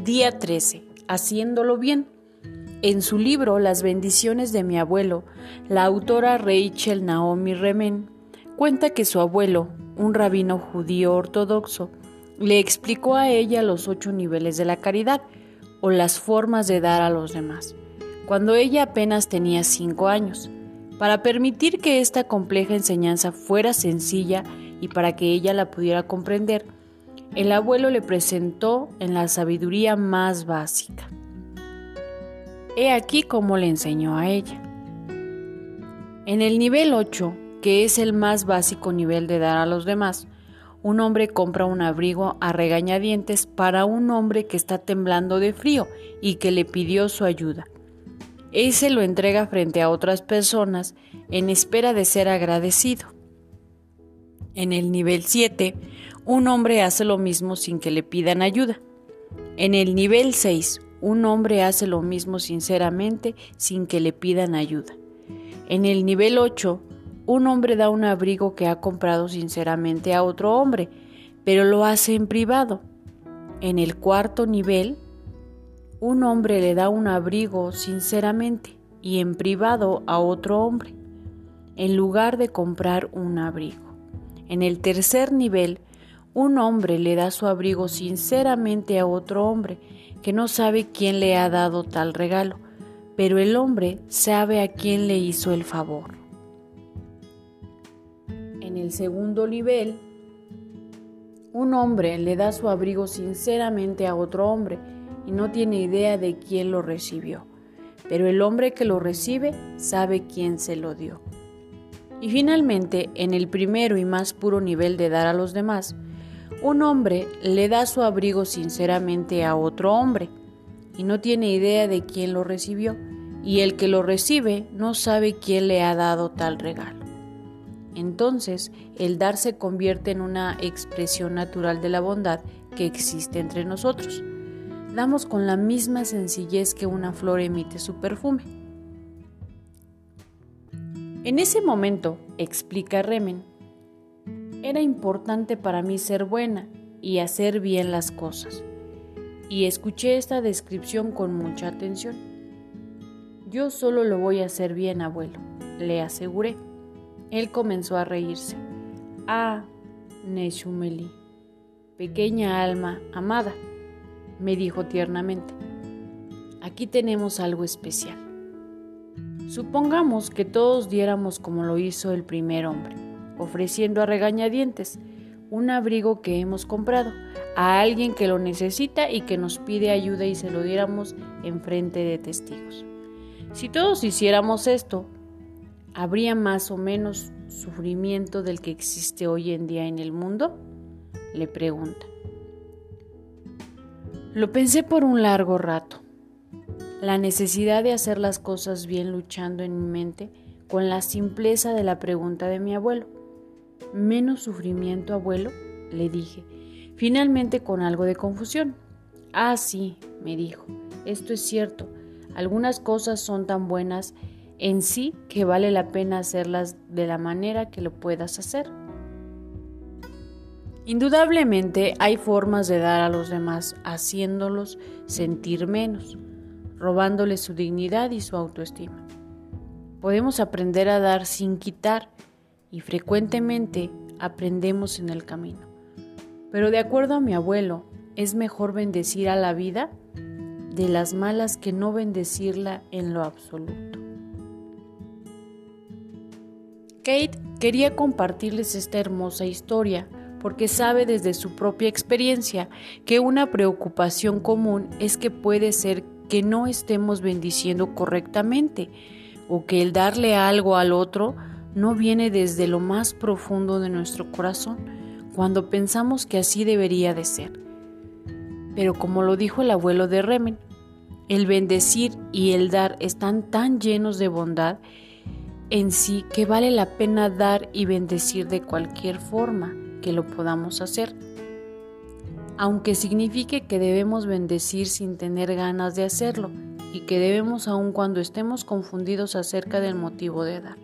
Día 13. Haciéndolo bien. En su libro Las bendiciones de mi abuelo, la autora Rachel Naomi Remen cuenta que su abuelo, un rabino judío ortodoxo, le explicó a ella los 8 niveles de la caridad o las formas de dar a los demás, cuando ella apenas tenía 5 años, para permitir que esta compleja enseñanza fuera sencilla y para que ella la pudiera comprender. El abuelo le presentó en la sabiduría más básica. He aquí cómo le enseñó a ella. En el nivel 8, que es el más básico nivel de dar a los demás, un hombre compra un abrigo a regañadientes para un hombre que está temblando de frío y que le pidió su ayuda. Ese lo entrega frente a otras personas en espera de ser agradecido. En el nivel 7, un hombre hace lo mismo sin que le pidan ayuda. En el nivel 6, un hombre hace lo mismo sinceramente sin que le pidan ayuda. En el nivel 8, un hombre da un abrigo que ha comprado sinceramente a otro hombre, pero lo hace en privado. En el 4.º nivel, un hombre le da un abrigo sinceramente y en privado a otro hombre, en lugar de comprar un abrigo. En el 3.er nivel, un hombre le da su abrigo sinceramente a otro hombre que no sabe quién le ha dado tal regalo, pero el hombre sabe a quién le hizo el favor. En el 2.º nivel, un hombre le da su abrigo sinceramente a otro hombre y no tiene idea de quién lo recibió, pero el hombre que lo recibe sabe quién se lo dio. Y finalmente, en el primero y más puro nivel de dar a los demás, un hombre le da su abrigo sinceramente a otro hombre y no tiene idea de quién lo recibió, y el que lo recibe no sabe quién le ha dado tal regalo. Entonces, el dar se convierte en una expresión natural de la bondad que existe entre nosotros. Damos con la misma sencillez que una flor emite su perfume. En ese momento, explica Remen, era importante para mí ser buena y hacer bien las cosas. Y escuché esta descripción con mucha atención. Yo solo lo voy a hacer bien, abuelo, le aseguré. Él comenzó a reírse. Ah, Neshumeli, pequeña alma amada, me dijo tiernamente. Aquí tenemos algo especial. Supongamos que todos diéramos como lo hizo el primer hombre, ofreciendo a regañadientes un abrigo que hemos comprado a alguien que lo necesita y que nos pide ayuda y se lo diéramos en frente de testigos. Si todos hiciéramos esto, ¿habría más o menos sufrimiento del que existe hoy en día en el mundo?, le pregunta. Lo pensé por un largo rato. La necesidad de hacer las cosas bien luchando en mi mente con la simpleza de la pregunta de mi abuelo. ¿Menos sufrimiento, abuelo?, le dije, finalmente con algo de confusión. Ah, sí, me dijo, esto es cierto. Algunas cosas son tan buenas en sí que vale la pena hacerlas de la manera que lo puedas hacer. Indudablemente hay formas de dar a los demás haciéndolos sentir menos, robándoles su dignidad y su autoestima. Podemos aprender a dar sin quitar y frecuentemente aprendemos en el camino. Pero de acuerdo a mi abuelo, es mejor bendecir a la vida de las malas que no bendecirla en lo absoluto. Kate quería compartirles esta hermosa historia porque sabe desde su propia experiencia que una preocupación común es que puede ser que no estemos bendiciendo correctamente o que el darle algo al otro no viene desde lo más profundo de nuestro corazón cuando pensamos que así debería de ser. Pero como lo dijo el abuelo de Remen, el bendecir y el dar están tan llenos de bondad en sí que vale la pena dar y bendecir de cualquier forma que lo podamos hacer, aunque signifique que debemos bendecir sin tener ganas de hacerlo y que debemos aun cuando estemos confundidos acerca del motivo de dar.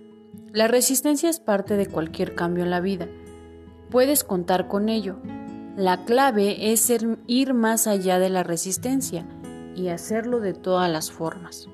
La resistencia es parte de cualquier cambio en la vida. Puedes contar con ello, La clave es ir más allá de la resistencia y hacerlo de todas las formas.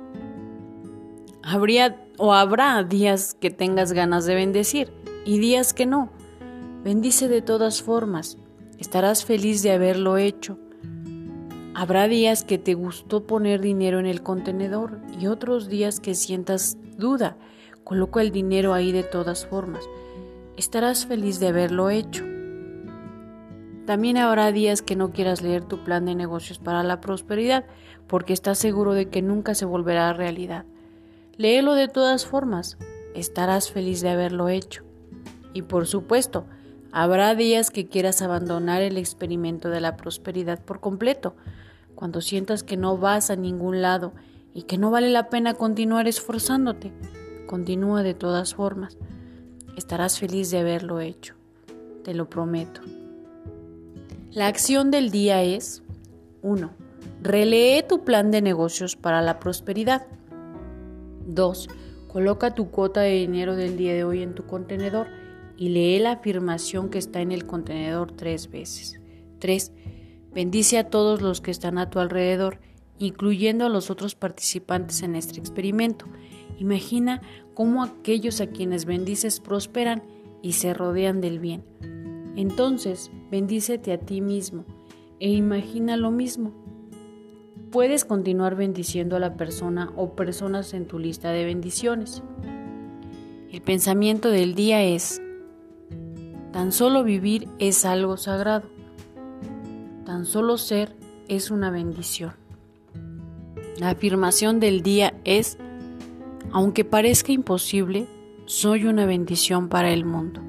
Habrá días que tengas ganas de bendecir y días que no. Bendice de todas formas. Estarás feliz de haberlo hecho. Habrá días que te gustó poner dinero en el contenedor y otros días que sientas duda. Coloca el dinero ahí de todas formas. Estarás feliz de haberlo hecho. También habrá días que no quieras leer tu plan de negocios para la prosperidad porque estás seguro de que nunca se volverá realidad. Léelo de todas formas. Estarás feliz de haberlo hecho. Y por supuesto, habrá días que quieras abandonar el experimento de la prosperidad por completo, cuando sientas que no vas a ningún lado y que no vale la pena continuar esforzándote. Continúa de todas formas. Estarás feliz de haberlo hecho. Te lo prometo. La acción del día es 1. Relee tu plan de negocios para la prosperidad. 2. Coloca tu cuota de dinero del día de hoy en tu contenedor y lee la afirmación que está en el contenedor 3 veces. 3. Bendice a todos los que están a tu alrededor, incluyendo a los otros participantes en este experimento. Imagina cómo aquellos a quienes bendices prosperan y se rodean del bien. Entonces, bendícete a ti mismo e imagina lo mismo. Puedes continuar bendiciendo a la persona o personas en tu lista de bendiciones. El pensamiento del día es: tan solo vivir es algo sagrado. Tan solo ser es una bendición. La afirmación del día es: aunque parezca imposible, soy una bendición para el mundo.